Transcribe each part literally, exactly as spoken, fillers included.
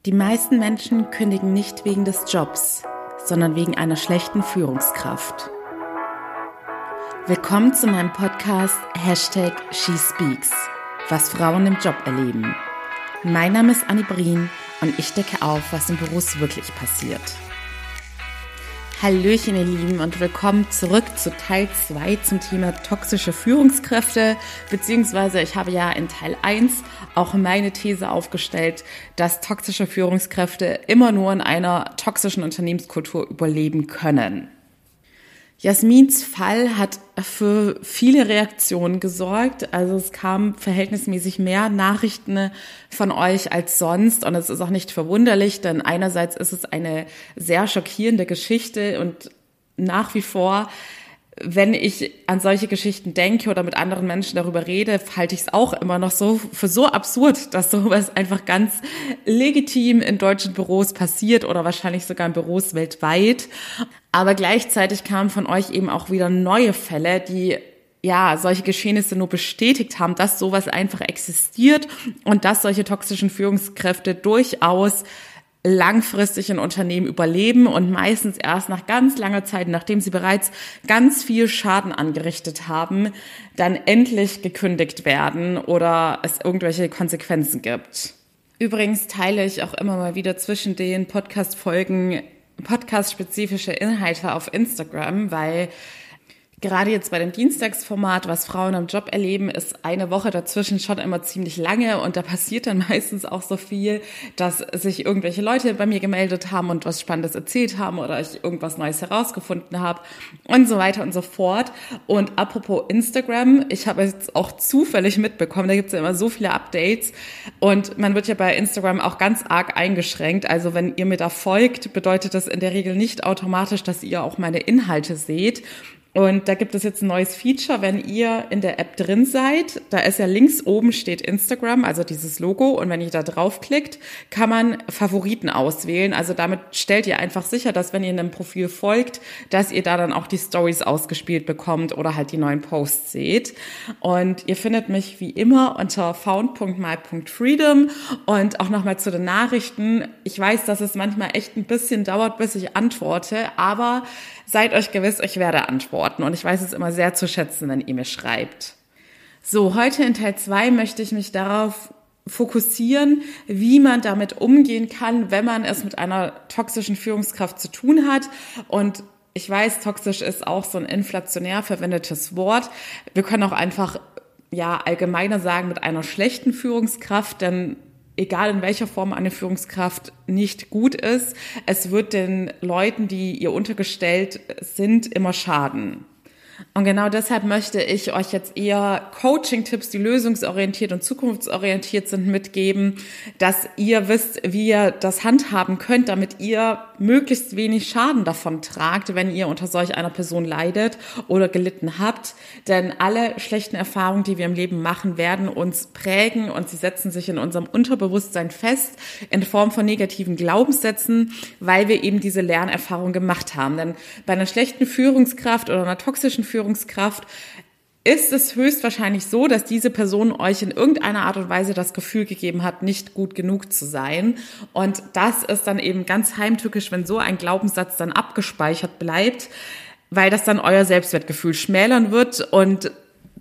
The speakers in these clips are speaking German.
Die meisten Menschen kündigen nicht wegen des Jobs, sondern wegen einer schlechten Führungskraft. Willkommen zu meinem Podcast Hashtag SheSpeaks, was Frauen im Job erleben. Mein Name ist Anni Brien und ich decke auf, was in Büros wirklich passiert. Hallöchen ihr Lieben und willkommen zurück zu Teil zwei zum Thema toxische Führungskräfte, beziehungsweise ich habe ja in Teil eins auch meine These aufgestellt, dass toxische Führungskräfte immer nur in einer toxischen Unternehmenskultur überleben können. Jasmins Fall hat für viele Reaktionen gesorgt. Also es kamen verhältnismäßig mehr Nachrichten von euch als sonst. Und es ist auch nicht verwunderlich, denn einerseits ist es eine sehr schockierende Geschichte und nach wie vor, wenn ich an solche Geschichten denke oder mit anderen Menschen darüber rede, halte ich es auch immer noch so für so absurd, dass sowas einfach ganz legitim in deutschen Büros passiert oder wahrscheinlich sogar in Büros weltweit. Aber gleichzeitig kamen von euch eben auch wieder neue Fälle, die ja solche Geschehnisse nur bestätigt haben, dass sowas einfach existiert und dass solche toxischen Führungskräfte durchaus langfristig in Unternehmen überleben und meistens erst nach ganz langer Zeit, nachdem sie bereits ganz viel Schaden angerichtet haben, dann endlich gekündigt werden oder es irgendwelche Konsequenzen gibt. Übrigens teile ich auch immer mal wieder zwischen den Podcast-Folgen podcast-spezifische Inhalte auf Instagram, weil gerade jetzt bei dem Dienstagsformat, was Frauen am Job erleben, ist eine Woche dazwischen schon immer ziemlich lange und da passiert dann meistens auch so viel, dass sich irgendwelche Leute bei mir gemeldet haben und was Spannendes erzählt haben oder ich irgendwas Neues herausgefunden habe und so weiter und so fort. Und apropos Instagram, ich habe jetzt auch zufällig mitbekommen, da gibt es ja immer so viele Updates und man wird ja bei Instagram auch ganz arg eingeschränkt. Also wenn ihr mir da folgt, bedeutet das in der Regel nicht automatisch, dass ihr auch meine Inhalte seht. Und da gibt es jetzt ein neues Feature, wenn ihr in der App drin seid, da ist ja links oben steht Instagram, also dieses Logo, und wenn ihr da draufklickt, kann man Favoriten auswählen. Also damit stellt ihr einfach sicher, dass wenn ihr einem Profil folgt, dass ihr da dann auch die Stories ausgespielt bekommt oder halt die neuen Posts seht. Und ihr findet mich wie immer unter found punkt my punkt freedom und auch nochmal zu den Nachrichten. Ich weiß, dass es manchmal echt ein bisschen dauert, bis ich antworte, aber seid euch gewiss, ich werde antworten und ich weiß es immer sehr zu schätzen, wenn ihr mir schreibt. So, heute in Teil zwei möchte ich mich darauf fokussieren, wie man damit umgehen kann, wenn man es mit einer toxischen Führungskraft zu tun hat. Und ich weiß, toxisch ist auch so ein inflationär verwendetes Wort. Wir können auch einfach ja allgemeiner sagen mit einer schlechten Führungskraft, denn egal in welcher Form eine Führungskraft nicht gut ist, es wird den Leuten, die ihr untergestellt sind, immer schaden. Und genau deshalb möchte ich euch jetzt eher Coaching-Tipps, die lösungsorientiert und zukunftsorientiert sind, mitgeben, dass ihr wisst, wie ihr das handhaben könnt, damit ihr möglichst wenig Schaden davon tragt, wenn ihr unter solch einer Person leidet oder gelitten habt. Denn alle schlechten Erfahrungen, die wir im Leben machen, werden uns prägen und sie setzen sich in unserem Unterbewusstsein fest in Form von negativen Glaubenssätzen, weil wir eben diese Lernerfahrung gemacht haben. Denn bei einer schlechten Führungskraft oder einer toxischen Führungskraft ist es höchstwahrscheinlich so, dass diese Person euch in irgendeiner Art und Weise das Gefühl gegeben hat, nicht gut genug zu sein. Und das ist dann eben ganz heimtückisch, wenn so ein Glaubenssatz dann abgespeichert bleibt, weil das dann euer Selbstwertgefühl schmälern wird und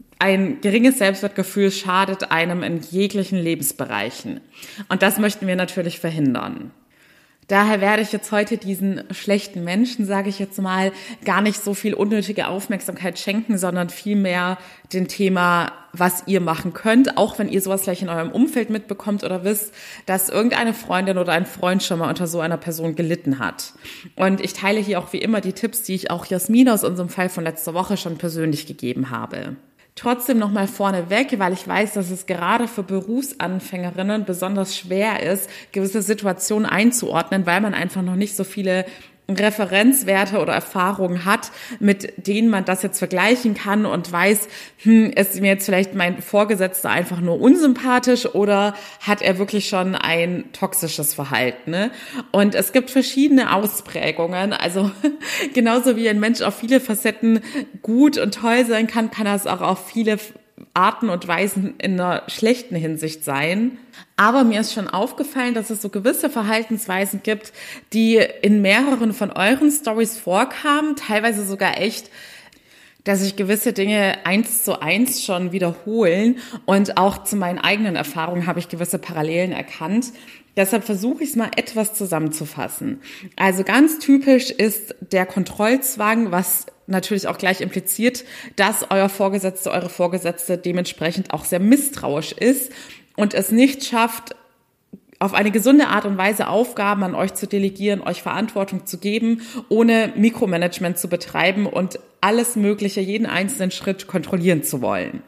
ein geringes Selbstwertgefühl schadet einem in jeglichen Lebensbereichen. Und das möchten wir natürlich verhindern. Daher werde ich jetzt heute diesen schlechten Menschen, sage ich jetzt mal, gar nicht so viel unnötige Aufmerksamkeit schenken, sondern vielmehr dem Thema, was ihr machen könnt, auch wenn ihr sowas gleich in eurem Umfeld mitbekommt oder wisst, dass irgendeine Freundin oder ein Freund schon mal unter so einer Person gelitten hat. Und ich teile hier auch wie immer die Tipps, die ich auch Jasmin aus unserem Fall von letzter Woche schon persönlich gegeben habe. Trotzdem nochmal vorneweg, weil ich weiß, dass es gerade für Berufsanfängerinnen besonders schwer ist, gewisse Situationen einzuordnen, weil man einfach noch nicht so viele Referenzwerte oder Erfahrungen hat, mit denen man das jetzt vergleichen kann und weiß, hm, ist mir jetzt vielleicht mein Vorgesetzter einfach nur unsympathisch oder hat er wirklich schon ein toxisches Verhalten, ne? Und es gibt verschiedene Ausprägungen, also genauso wie ein Mensch auf viele Facetten gut und toll sein kann, kann er es auch auf viele Arten und Weisen in einer schlechten Hinsicht sein. Aber mir ist schon aufgefallen, dass es so gewisse Verhaltensweisen gibt, die in mehreren von euren Stories vorkamen, teilweise sogar echt, dass sich gewisse Dinge eins zu eins schon wiederholen, und auch zu meinen eigenen Erfahrungen habe ich gewisse Parallelen erkannt. Deshalb versuche ich es mal etwas zusammenzufassen. Also ganz typisch ist der Kontrollzwang, was natürlich auch gleich impliziert, dass euer Vorgesetzte, eure Vorgesetzte dementsprechend auch sehr misstrauisch ist und es nicht schafft, auf eine gesunde Art und Weise Aufgaben an euch zu delegieren, euch Verantwortung zu geben, ohne Mikromanagement zu betreiben und alles Mögliche, jeden einzelnen Schritt kontrollieren zu wollen.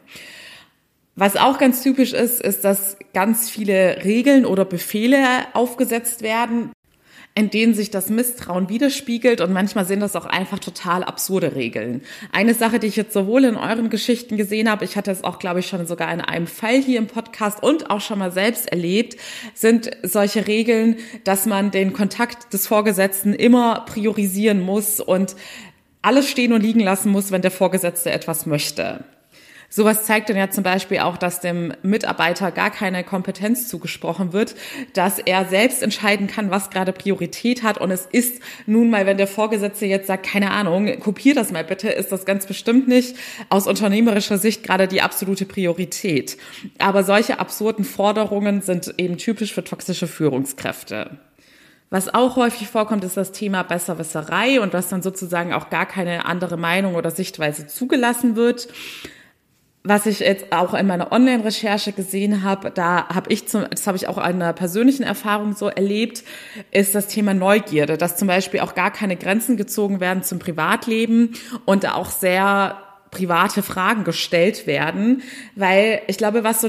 Was auch ganz typisch ist, ist, dass ganz viele Regeln oder Befehle aufgesetzt werden, in denen sich das Misstrauen widerspiegelt, und manchmal sind das auch einfach total absurde Regeln. Eine Sache, die ich jetzt sowohl in euren Geschichten gesehen habe, ich hatte es auch, glaube ich, schon sogar in einem Fall hier im Podcast und auch schon mal selbst erlebt, sind solche Regeln, dass man den Kontakt des Vorgesetzten immer priorisieren muss und alles stehen und liegen lassen muss, wenn der Vorgesetzte etwas möchte. Sowas zeigt dann ja zum Beispiel auch, dass dem Mitarbeiter gar keine Kompetenz zugesprochen wird, dass er selbst entscheiden kann, was gerade Priorität hat. Und es ist nun mal, wenn der Vorgesetzte jetzt sagt, keine Ahnung, kopier das mal bitte, ist das ganz bestimmt nicht aus unternehmerischer Sicht gerade die absolute Priorität. Aber solche absurden Forderungen sind eben typisch für toxische Führungskräfte. Was auch häufig vorkommt, ist das Thema Besserwisserei und dass dann sozusagen auch gar keine andere Meinung oder Sichtweise zugelassen wird. Was ich jetzt auch in meiner Online-Recherche gesehen habe, da habe ich, zum, das habe ich auch in einer persönlichen Erfahrung so erlebt, ist das Thema Neugierde, dass zum Beispiel auch gar keine Grenzen gezogen werden zum Privatleben und da auch sehr private Fragen gestellt werden, weil ich glaube, was so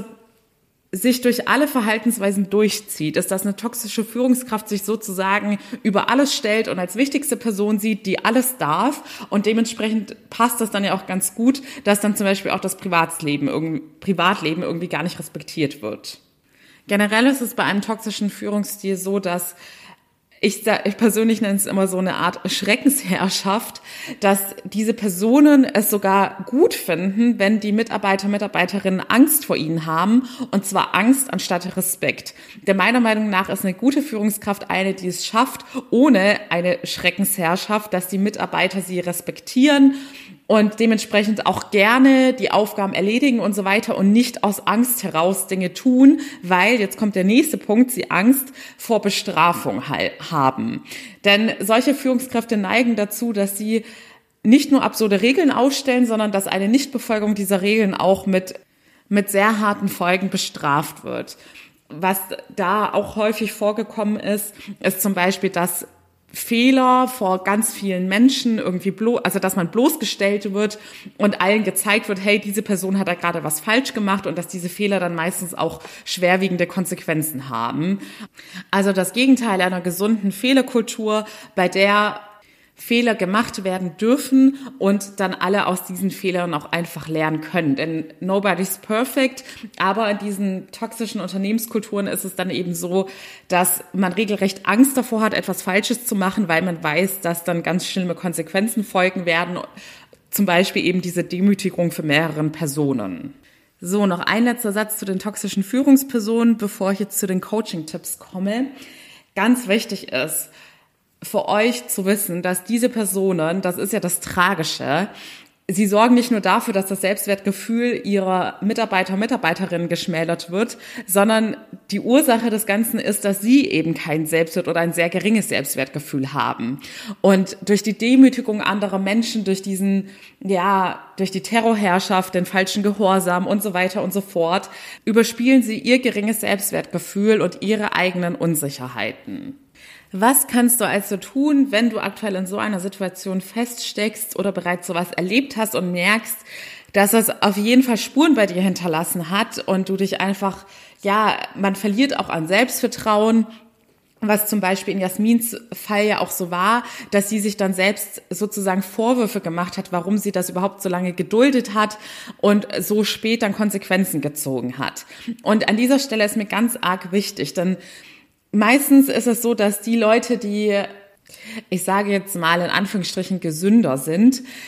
sich durch alle Verhaltensweisen durchzieht, ist, dass eine toxische Führungskraft sich sozusagen über alles stellt und als wichtigste Person sieht, die alles darf, und dementsprechend passt das dann ja auch ganz gut, dass dann zum Beispiel auch das Privatleben, Privatleben irgendwie gar nicht respektiert wird. Generell ist es bei einem toxischen Führungsstil so, dass Ich, ich persönlich nenne es immer so eine Art Schreckensherrschaft, dass diese Personen es sogar gut finden, wenn die Mitarbeiter, Mitarbeiterinnen Angst vor ihnen haben, und zwar Angst anstatt Respekt. Denn meiner Meinung nach ist eine gute Führungskraft eine, die es schafft, ohne eine Schreckensherrschaft, dass die Mitarbeiter sie respektieren und dementsprechend auch gerne die Aufgaben erledigen und so weiter und nicht aus Angst heraus Dinge tun, weil, jetzt kommt der nächste Punkt, sie Angst vor Bestrafung haben. Denn solche Führungskräfte neigen dazu, dass sie nicht nur absurde Regeln aufstellen, sondern dass eine Nichtbefolgung dieser Regeln auch mit, mit sehr harten Folgen bestraft wird. Was da auch häufig vorgekommen ist, ist zum Beispiel, dass Fehler vor ganz vielen Menschen irgendwie bloß, also dass man bloßgestellt wird und allen gezeigt wird, hey, diese Person hat da gerade was falsch gemacht, und dass diese Fehler dann meistens auch schwerwiegende Konsequenzen haben. Also das Gegenteil einer gesunden Fehlerkultur, bei der Fehler gemacht werden dürfen und dann alle aus diesen Fehlern auch einfach lernen können. Denn nobody's perfect, aber in diesen toxischen Unternehmenskulturen ist es dann eben so, dass man regelrecht Angst davor hat, etwas Falsches zu machen, weil man weiß, dass dann ganz schlimme Konsequenzen folgen werden. Zum Beispiel eben diese Demütigung für mehreren Personen. So, noch ein letzter Satz zu den toxischen Führungspersonen, bevor ich jetzt zu den Coaching-Tipps komme. Ganz wichtig ist, für euch zu wissen, dass diese Personen, das ist ja das Tragische, sie sorgen nicht nur dafür, dass das Selbstwertgefühl ihrer Mitarbeiter, Mitarbeiterinnen geschmälert wird, sondern die Ursache des Ganzen ist, dass sie eben kein Selbstwert oder ein sehr geringes Selbstwertgefühl haben. Und durch die Demütigung anderer Menschen, durch diesen, ja, durch die Terrorherrschaft, den falschen Gehorsam und so weiter und so fort, überspielen sie ihr geringes Selbstwertgefühl und ihre eigenen Unsicherheiten. Was kannst du also tun, wenn du aktuell in so einer Situation feststeckst oder bereits sowas erlebt hast und merkst, dass das auf jeden Fall Spuren bei dir hinterlassen hat und du dich einfach, ja, man verliert auch an Selbstvertrauen, was zum Beispiel in Jasmins Fall ja auch so war, dass sie sich dann selbst sozusagen Vorwürfe gemacht hat, warum sie das überhaupt so lange geduldet hat und so spät dann Konsequenzen gezogen hat. Und an dieser Stelle ist mir ganz arg wichtig, denn meistens ist es so, dass die Leute, die, ich sage jetzt mal in Anführungsstrichen, gesünder sind,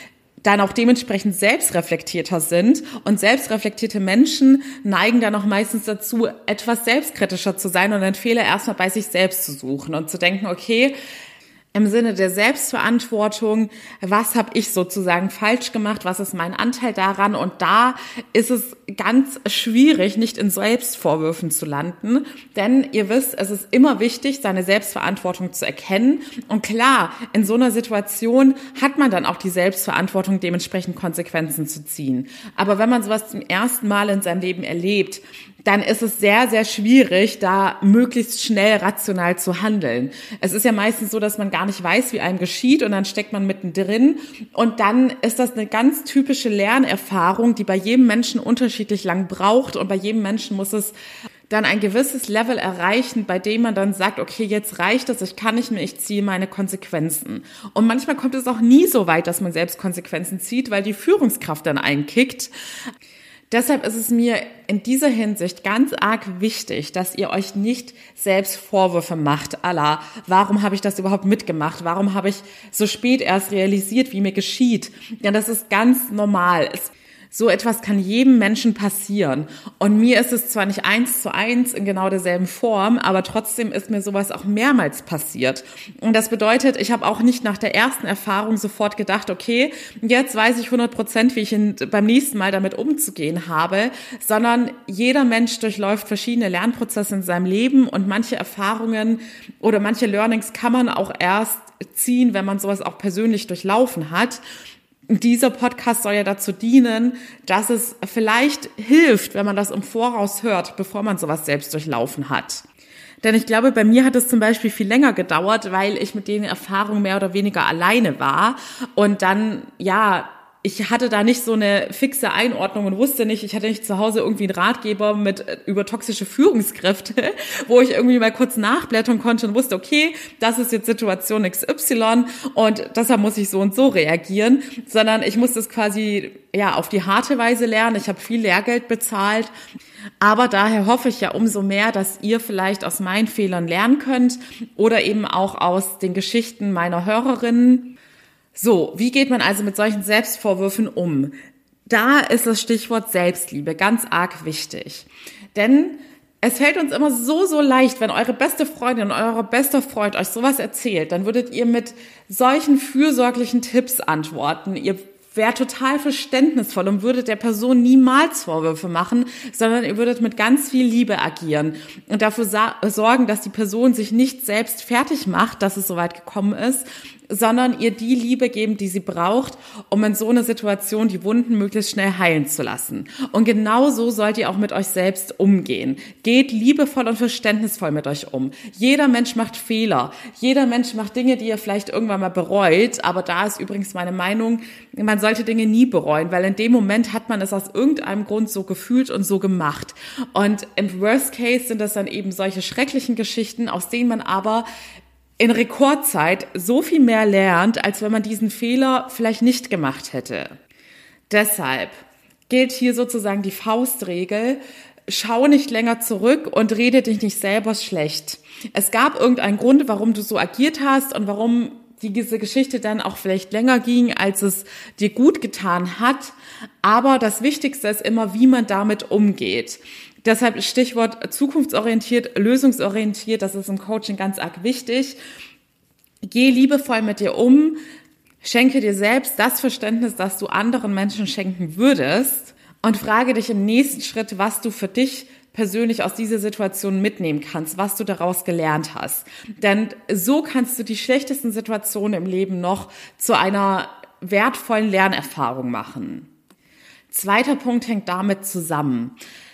dann auch dementsprechend selbstreflektierter sind. Und selbstreflektierte Menschen neigen dann auch meistens dazu, etwas selbstkritischer zu sein und den Fehler erstmal bei sich selbst zu suchen und zu denken, okay, im Sinne der Selbstverantwortung, was habe ich sozusagen falsch gemacht, was ist mein Anteil daran? Und da ist es ganz schwierig, nicht in Selbstvorwürfen zu landen, denn ihr wisst, es ist immer wichtig, seine Selbstverantwortung zu erkennen. Und klar, in so einer Situation hat man dann auch die Selbstverantwortung, dementsprechend Konsequenzen zu ziehen. Aber wenn man sowas zum ersten Mal in seinem Leben erlebt, dann ist es sehr, sehr schwierig, da möglichst schnell rational zu handeln. Es ist ja meistens so, dass man gar nicht weiß, wie einem geschieht und dann steckt man mittendrin und dann ist das eine ganz typische Lernerfahrung, die bei jedem Menschen unterschiedlich lang braucht und bei jedem Menschen muss es dann ein gewisses Level erreichen, bei dem man dann sagt, okay, jetzt reicht es, ich kann nicht mehr, ich ziehe meine Konsequenzen. Und manchmal kommt es auch nie so weit, dass man selbst Konsequenzen zieht, weil die Führungskraft dann einkickt. Deshalb ist es mir in dieser Hinsicht ganz arg wichtig, dass ihr euch nicht selbst Vorwürfe macht, à la, warum habe ich das überhaupt mitgemacht? Warum habe ich so spät erst realisiert, wie mir geschieht? Ja, das ist ganz normal. Es So etwas kann jedem Menschen passieren. Und mir ist es zwar nicht eins zu eins in genau derselben Form, aber trotzdem ist mir sowas auch mehrmals passiert. Und das bedeutet, ich habe auch nicht nach der ersten Erfahrung sofort gedacht, okay, jetzt weiß ich hundert Prozent, wie ich in, beim nächsten Mal damit umzugehen habe, sondern jeder Mensch durchläuft verschiedene Lernprozesse in seinem Leben und manche Erfahrungen oder manche Learnings kann man auch erst ziehen, wenn man sowas auch persönlich durchlaufen hat. Dieser Podcast soll ja dazu dienen, dass es vielleicht hilft, wenn man das im Voraus hört, bevor man sowas selbst durchlaufen hat. Denn ich glaube, bei mir hat es zum Beispiel viel länger gedauert, weil ich mit den Erfahrungen mehr oder weniger alleine war und dann, ja, ich hatte da nicht so eine fixe Einordnung und wusste nicht, ich hatte nicht zu Hause irgendwie einen Ratgeber mit über toxische Führungskräfte, wo ich irgendwie mal kurz nachblättern konnte und wusste, okay, das ist jetzt Situation X Y und deshalb muss ich so und so reagieren, sondern ich musste es quasi ja auf die harte Weise lernen. Ich habe viel Lehrgeld bezahlt, aber daher hoffe ich ja umso mehr, dass ihr vielleicht aus meinen Fehlern lernen könnt oder eben auch aus den Geschichten meiner Hörerinnen. So, wie geht man also mit solchen Selbstvorwürfen um? Da ist das Stichwort Selbstliebe ganz arg wichtig. Denn es fällt uns immer so, so leicht, wenn eure beste Freundin, euer bester Freund euch sowas erzählt, dann würdet ihr mit solchen fürsorglichen Tipps antworten. Ihr wärt total verständnisvoll und würdet der Person niemals Vorwürfe machen, sondern ihr würdet mit ganz viel Liebe agieren und dafür sa- sorgen, dass die Person sich nicht selbst fertig macht, dass es so weit gekommen ist, sondern ihr die Liebe geben, die sie braucht, um in so einer Situation die Wunden möglichst schnell heilen zu lassen. Und genau so sollt ihr auch mit euch selbst umgehen. Geht liebevoll und verständnisvoll mit euch um. Jeder Mensch macht Fehler. Jeder Mensch macht Dinge, die ihr vielleicht irgendwann mal bereut. Aber da ist übrigens meine Meinung, man sollte Dinge nie bereuen, weil in dem Moment hat man es aus irgendeinem Grund so gefühlt und so gemacht. Und im Worst Case sind das dann eben solche schrecklichen Geschichten, aus denen man aber in Rekordzeit so viel mehr lernt, als wenn man diesen Fehler vielleicht nicht gemacht hätte. Deshalb gilt hier sozusagen die Faustregel: Schau nicht länger zurück und rede dich nicht selber schlecht. Es gab irgendeinen Grund, warum du so agiert hast und warum diese Geschichte dann auch vielleicht länger ging, als es dir gut getan hat. Aber das Wichtigste ist immer, wie man damit umgeht. Deshalb Stichwort zukunftsorientiert, lösungsorientiert, das ist im Coaching ganz arg wichtig. Geh liebevoll mit dir um, schenke dir selbst das Verständnis, das du anderen Menschen schenken würdest und frage dich im nächsten Schritt, was du für dich persönlich aus dieser Situation mitnehmen kannst, was du daraus gelernt hast. Denn so kannst du die schlechtesten Situationen im Leben noch zu einer wertvollen Lernerfahrung machen. Zweiter Punkt hängt damit zusammen.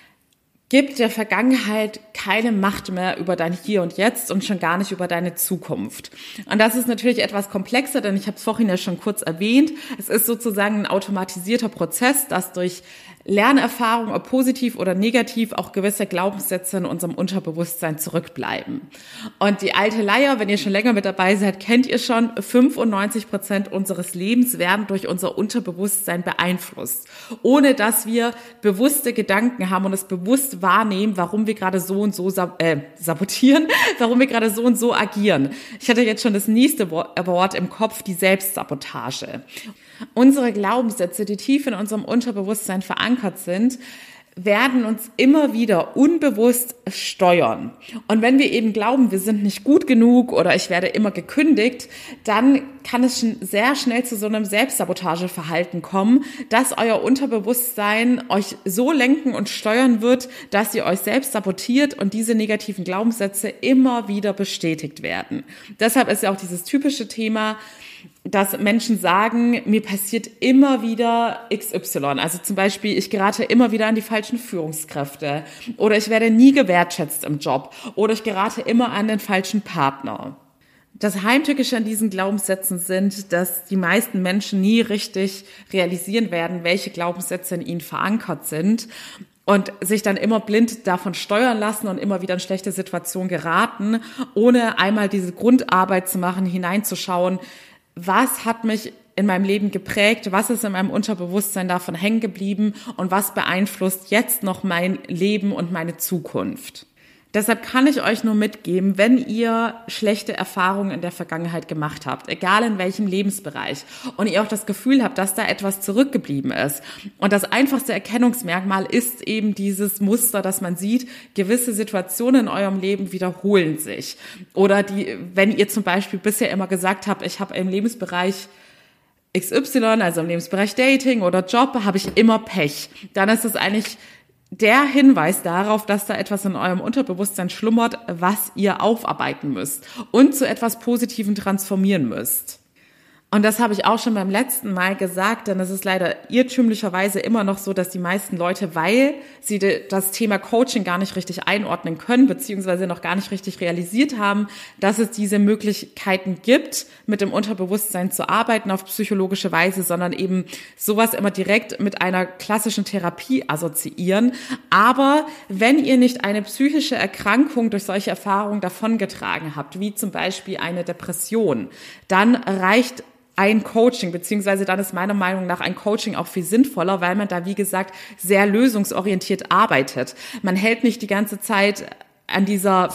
Gib der Vergangenheit keine Macht mehr über dein Hier und Jetzt und schon gar nicht über deine Zukunft. Und das ist natürlich etwas komplexer, denn ich habe es vorhin ja schon kurz erwähnt. Es ist sozusagen ein automatisierter Prozess, dass durch Lernerfahrungen, ob positiv oder negativ, auch gewisse Glaubenssätze in unserem Unterbewusstsein zurückbleiben. Und die alte Leier, wenn ihr schon länger mit dabei seid, kennt ihr schon, fünfundneunzig Prozent unseres Lebens werden durch unser Unterbewusstsein beeinflusst, ohne dass wir bewusste Gedanken haben und es bewusst wahrnehmen, warum wir gerade so und so sab- äh, sabotieren, warum wir gerade so und so agieren. Ich hatte jetzt schon das nächste Wort im Kopf, die Selbstsabotage. Unsere Glaubenssätze, die tief in unserem Unterbewusstsein verankert sind, werden uns immer wieder unbewusst steuern. Und wenn wir eben glauben, wir sind nicht gut genug oder ich werde immer gekündigt, dann kann es schon sehr schnell zu so einem Selbstsabotageverhalten kommen, dass euer Unterbewusstsein euch so lenken und steuern wird, dass ihr euch selbst sabotiert und diese negativen Glaubenssätze immer wieder bestätigt werden. Deshalb ist ja auch dieses typische Thema, dass Menschen sagen, mir passiert immer wieder X Y. Also zum Beispiel, ich gerate immer wieder an die falschen Führungskräfte oder ich werde nie gewertschätzt im Job oder ich gerate immer an den falschen Partner. Das Heimtückische an diesen Glaubenssätzen sind, dass die meisten Menschen nie richtig realisieren werden, welche Glaubenssätze in ihnen verankert sind und sich dann immer blind davon steuern lassen und immer wieder in schlechte Situationen geraten, ohne einmal diese Grundarbeit zu machen, hineinzuschauen, was hat mich in meinem Leben geprägt, was ist in meinem Unterbewusstsein davon hängen geblieben und was beeinflusst jetzt noch mein Leben und meine Zukunft. Deshalb kann ich euch nur mitgeben, wenn ihr schlechte Erfahrungen in der Vergangenheit gemacht habt, egal in welchem Lebensbereich, und ihr auch das Gefühl habt, dass da etwas zurückgeblieben ist. Und das einfachste Erkennungsmerkmal ist eben dieses Muster, dass man sieht, gewisse Situationen in eurem Leben wiederholen sich. Oder die, wenn ihr zum Beispiel bisher immer gesagt habt, ich habe im Lebensbereich X Y, also im Lebensbereich Dating oder Job, habe ich immer Pech. Dann ist es eigentlich der Hinweis darauf, dass da etwas in eurem Unterbewusstsein schlummert, was ihr aufarbeiten müsst und zu etwas Positivem transformieren müsst. Und das habe ich auch schon beim letzten Mal gesagt, denn es ist leider irrtümlicherweise immer noch so, dass die meisten Leute, weil sie das Thema Coaching gar nicht richtig einordnen können, beziehungsweise noch gar nicht richtig realisiert haben, dass es diese Möglichkeiten gibt, mit dem Unterbewusstsein zu arbeiten auf psychologische Weise, sondern eben sowas immer direkt mit einer klassischen Therapie assoziieren. Aber wenn ihr nicht eine psychische Erkrankung durch solche Erfahrungen davongetragen habt, wie zum Beispiel eine Depression, dann reicht ein Coaching, beziehungsweise dann ist meiner Meinung nach ein Coaching auch viel sinnvoller, weil man da, wie gesagt, sehr lösungsorientiert arbeitet. Man hält nicht die ganze Zeit an dieser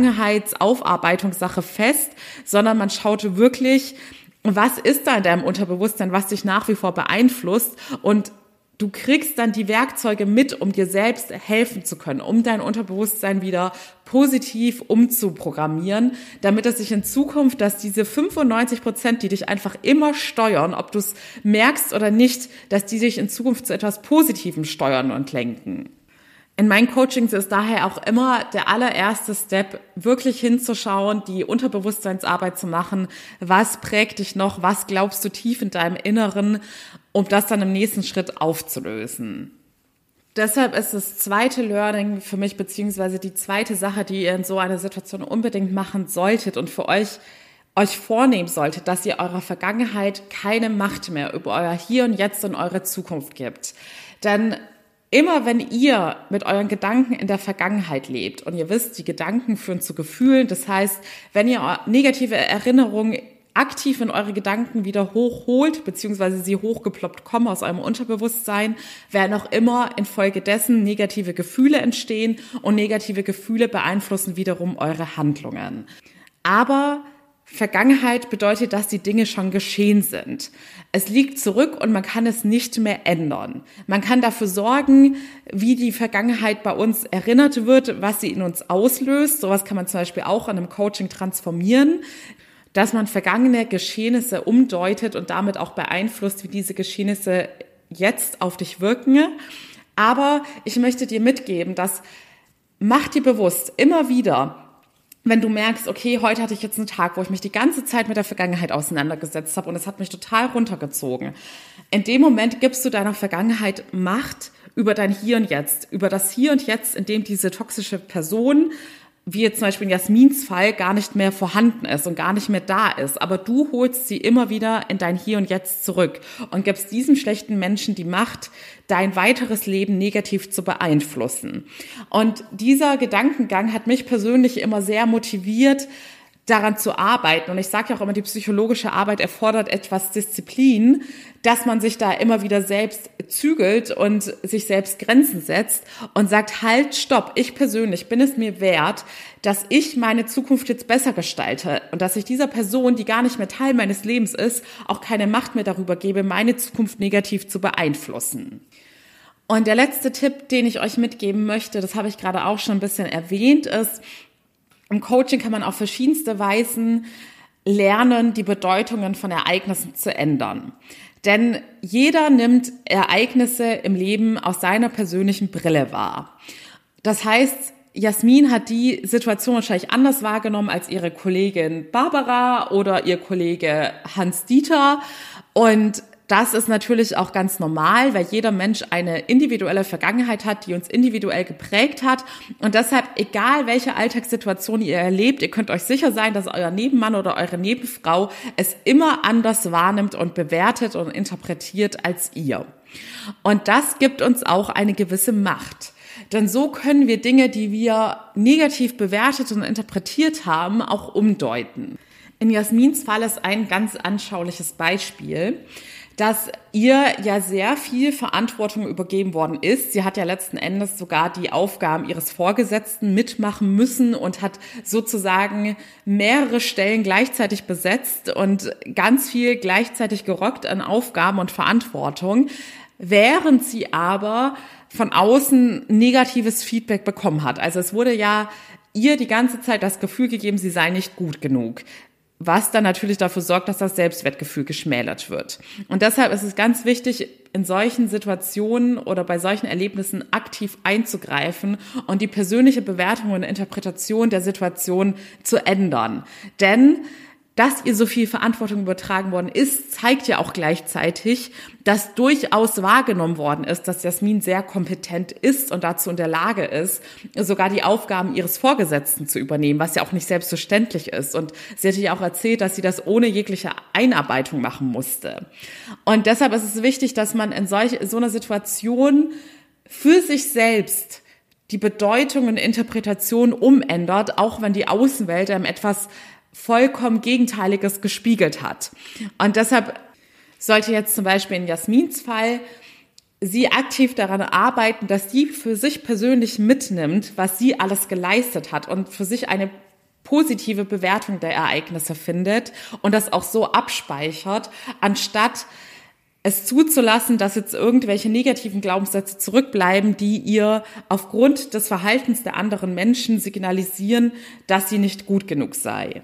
Vergangenheitsaufarbeitungssache fest, sondern man schaut wirklich, was ist da in deinem Unterbewusstsein, was dich nach wie vor beeinflusst, und du kriegst dann die Werkzeuge mit, um dir selbst helfen zu können, um dein Unterbewusstsein wieder positiv umzuprogrammieren, damit es sich in Zukunft, dass diese fünfundneunzig Prozent, die dich einfach immer steuern, ob du es merkst oder nicht, dass die dich in Zukunft zu etwas Positivem steuern und lenken. In meinen Coachings ist daher auch immer der allererste Step, wirklich hinzuschauen, die Unterbewusstseinsarbeit zu machen. Was prägt dich noch? Was glaubst du tief in deinem Inneren, um das dann im nächsten Schritt aufzulösen? Deshalb ist das zweite Learning für mich, beziehungsweise die zweite Sache, die ihr in so einer Situation unbedingt machen solltet und für euch euch vornehmen solltet, dass ihr eurer Vergangenheit keine Macht mehr über euer Hier und Jetzt und eure Zukunft gibt. Denn immer wenn ihr mit euren Gedanken in der Vergangenheit lebt und ihr wisst, die Gedanken führen zu Gefühlen, das heißt, wenn ihr negative Erinnerungen aktiv in eure Gedanken wieder hochholt, beziehungsweise sie hochgeploppt kommen aus eurem Unterbewusstsein, werden auch immer infolgedessen negative Gefühle entstehen und negative Gefühle beeinflussen wiederum eure Handlungen. Aber Vergangenheit bedeutet, dass die Dinge schon geschehen sind. Es liegt zurück und man kann es nicht mehr ändern. Man kann dafür sorgen, wie die Vergangenheit bei uns erinnert wird, was sie in uns auslöst. Sowas kann man zum Beispiel auch an einem Coaching transformieren, dass man vergangene Geschehnisse umdeutet und damit auch beeinflusst, wie diese Geschehnisse jetzt auf dich wirken. Aber ich möchte dir mitgeben, dass mach dir bewusst, immer wieder, wenn du merkst, okay, heute hatte ich jetzt einen Tag, wo ich mich die ganze Zeit mit der Vergangenheit auseinandergesetzt habe und es hat mich total runtergezogen. In dem Moment gibst du deiner Vergangenheit Macht über dein Hier und Jetzt, über das Hier und Jetzt, in dem diese toxische Person wie jetzt zum Beispiel in Jasmins Fall, gar nicht mehr vorhanden ist und gar nicht mehr da ist. Aber du holst sie immer wieder in dein Hier und Jetzt zurück und gibst diesem schlechten Menschen die Macht, dein weiteres Leben negativ zu beeinflussen. Und dieser Gedankengang hat mich persönlich immer sehr motiviert, daran zu arbeiten. Und ich sage ja auch immer, die psychologische Arbeit erfordert etwas Disziplin, dass man sich da immer wieder selbst zügelt und sich selbst Grenzen setzt und sagt, halt, stopp, ich persönlich bin es mir wert, dass ich meine Zukunft jetzt besser gestalte und dass ich dieser Person, die gar nicht mehr Teil meines Lebens ist, auch keine Macht mehr darüber gebe, meine Zukunft negativ zu beeinflussen. Und der letzte Tipp, den ich euch mitgeben möchte, das habe ich gerade auch schon ein bisschen erwähnt, ist, im Coaching kann man auf verschiedenste Weisen lernen, die Bedeutungen von Ereignissen zu ändern. Denn jeder nimmt Ereignisse im Leben aus seiner persönlichen Brille wahr. Das heißt, Jasmin hat die Situation wahrscheinlich anders wahrgenommen als ihre Kollegin Barbara oder ihr Kollege Hans-Dieter. Und das ist natürlich auch ganz normal, weil jeder Mensch eine individuelle Vergangenheit hat, die uns individuell geprägt hat. Und deshalb, egal welche Alltagssituation ihr erlebt, ihr könnt euch sicher sein, dass euer Nebenmann oder eure Nebenfrau es immer anders wahrnimmt und bewertet und interpretiert als ihr. Und das gibt uns auch eine gewisse Macht. Denn so können wir Dinge, die wir negativ bewertet und interpretiert haben, auch umdeuten. In Jasmins Fall ist ein ganz anschauliches Beispiel, dass ihr ja sehr viel Verantwortung übergeben worden ist. Sie hat ja letzten Endes sogar die Aufgaben ihres Vorgesetzten mitmachen müssen und hat sozusagen mehrere Stellen gleichzeitig besetzt und ganz viel gleichzeitig gerockt an Aufgaben und Verantwortung, während sie aber von außen negatives Feedback bekommen hat. Also es wurde ja ihr die ganze Zeit das Gefühl gegeben, sie sei nicht gut genug, was dann natürlich dafür sorgt, dass das Selbstwertgefühl geschmälert wird. Und deshalb ist es ganz wichtig, in solchen Situationen oder bei solchen Erlebnissen aktiv einzugreifen und die persönliche Bewertung und Interpretation der Situation zu ändern. Denn dass ihr so viel Verantwortung übertragen worden ist, zeigt ja auch gleichzeitig, dass durchaus wahrgenommen worden ist, dass Jasmin sehr kompetent ist und dazu in der Lage ist, sogar die Aufgaben ihres Vorgesetzten zu übernehmen, was ja auch nicht selbstverständlich ist. Und sie hatte ja auch erzählt, dass sie das ohne jegliche Einarbeitung machen musste. Und deshalb ist es wichtig, dass man in solch, so einer Situation für sich selbst die Bedeutung und Interpretation umändert, auch wenn die Außenwelt einem etwas vollkommen Gegenteiliges gespiegelt hat. Und deshalb sollte jetzt zum Beispiel in Jasmins Fall sie aktiv daran arbeiten, dass sie für sich persönlich mitnimmt, was sie alles geleistet hat und für sich eine positive Bewertung der Ereignisse findet und das auch so abspeichert, anstatt es zuzulassen, dass jetzt irgendwelche negativen Glaubenssätze zurückbleiben, die ihr aufgrund des Verhaltens der anderen Menschen signalisieren, dass sie nicht gut genug sei.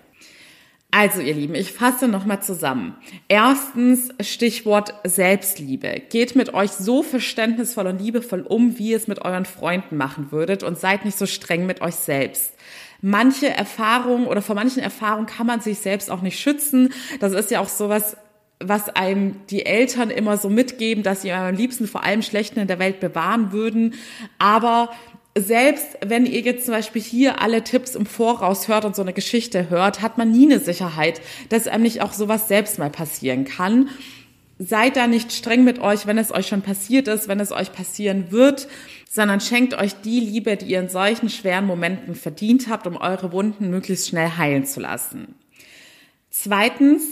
Also ihr Lieben, ich fasse nochmal zusammen. Erstens, Stichwort Selbstliebe. Geht mit euch so verständnisvoll und liebevoll um, wie ihr es mit euren Freunden machen würdet und seid nicht so streng mit euch selbst. Manche Erfahrungen oder vor manchen Erfahrungen kann man sich selbst auch nicht schützen. Das ist ja auch sowas, was einem die Eltern immer so mitgeben, dass sie am liebsten vor allem Schlechten in der Welt bewahren würden. Aber selbst wenn ihr jetzt zum Beispiel hier alle Tipps im Voraus hört und so eine Geschichte hört, hat man nie eine Sicherheit, dass einem nicht auch sowas selbst mal passieren kann. Seid da nicht streng mit euch, wenn es euch schon passiert ist, wenn es euch passieren wird, sondern schenkt euch die Liebe, die ihr in solchen schweren Momenten verdient habt, um eure Wunden möglichst schnell heilen zu lassen. Zweitens,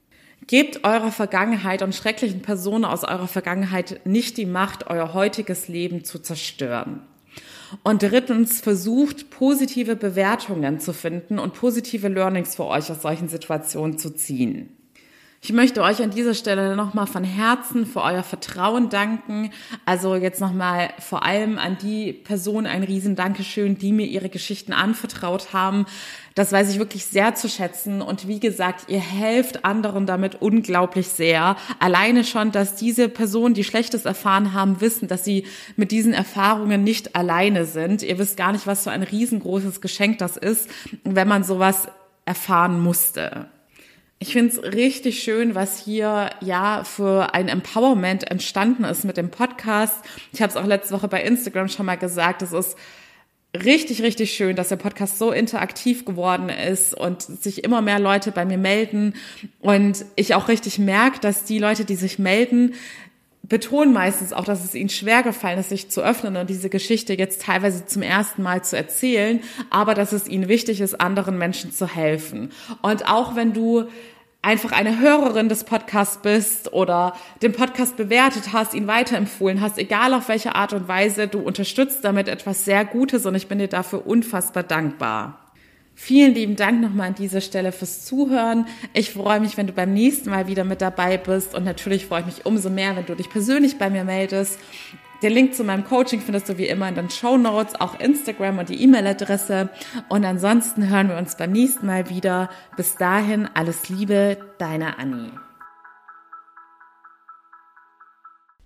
gebt eurer Vergangenheit und schrecklichen Personen aus eurer Vergangenheit nicht die Macht, euer heutiges Leben zu zerstören. Und drittens, versucht, positive Bewertungen zu finden und positive Learnings für euch aus solchen Situationen zu ziehen. Ich möchte euch an dieser Stelle nochmal von Herzen für euer Vertrauen danken. Also jetzt nochmal vor allem an die Person ein riesen Dankeschön, die mir ihre Geschichten anvertraut haben. Das weiß ich wirklich sehr zu schätzen. Und wie gesagt, ihr helft anderen damit unglaublich sehr. Alleine schon, dass diese Personen, die Schlechtes erfahren haben, wissen, dass sie mit diesen Erfahrungen nicht alleine sind. Ihr wisst gar nicht, was für ein riesengroßes Geschenk das ist, wenn man sowas erfahren musste. Ich finde es richtig schön, was hier ja für ein Empowerment entstanden ist mit dem Podcast. Ich habe es auch letzte Woche bei Instagram schon mal gesagt. Es ist richtig, richtig schön, dass der Podcast so interaktiv geworden ist und sich immer mehr Leute bei mir melden und ich auch richtig merke, dass die Leute, die sich melden, betonen meistens auch, dass es ihnen schwer gefallen ist, sich zu öffnen und diese Geschichte jetzt teilweise zum ersten Mal zu erzählen, aber dass es ihnen wichtig ist, anderen Menschen zu helfen. Und auch wenn du einfach eine Hörerin des Podcasts bist oder den Podcast bewertet hast, ihn weiterempfohlen hast, egal auf welche Art und Weise, du unterstützt damit etwas sehr Gutes und ich bin dir dafür unfassbar dankbar. Vielen lieben Dank nochmal an dieser Stelle fürs Zuhören. Ich freue mich, wenn du beim nächsten Mal wieder mit dabei bist und natürlich freue ich mich umso mehr, wenn du dich persönlich bei mir meldest. Den Link zu meinem Coaching findest du wie immer in den Shownotes, auch Instagram und die E-Mail-Adresse. Und ansonsten hören wir uns beim nächsten Mal wieder. Bis dahin, alles Liebe, deine Anni.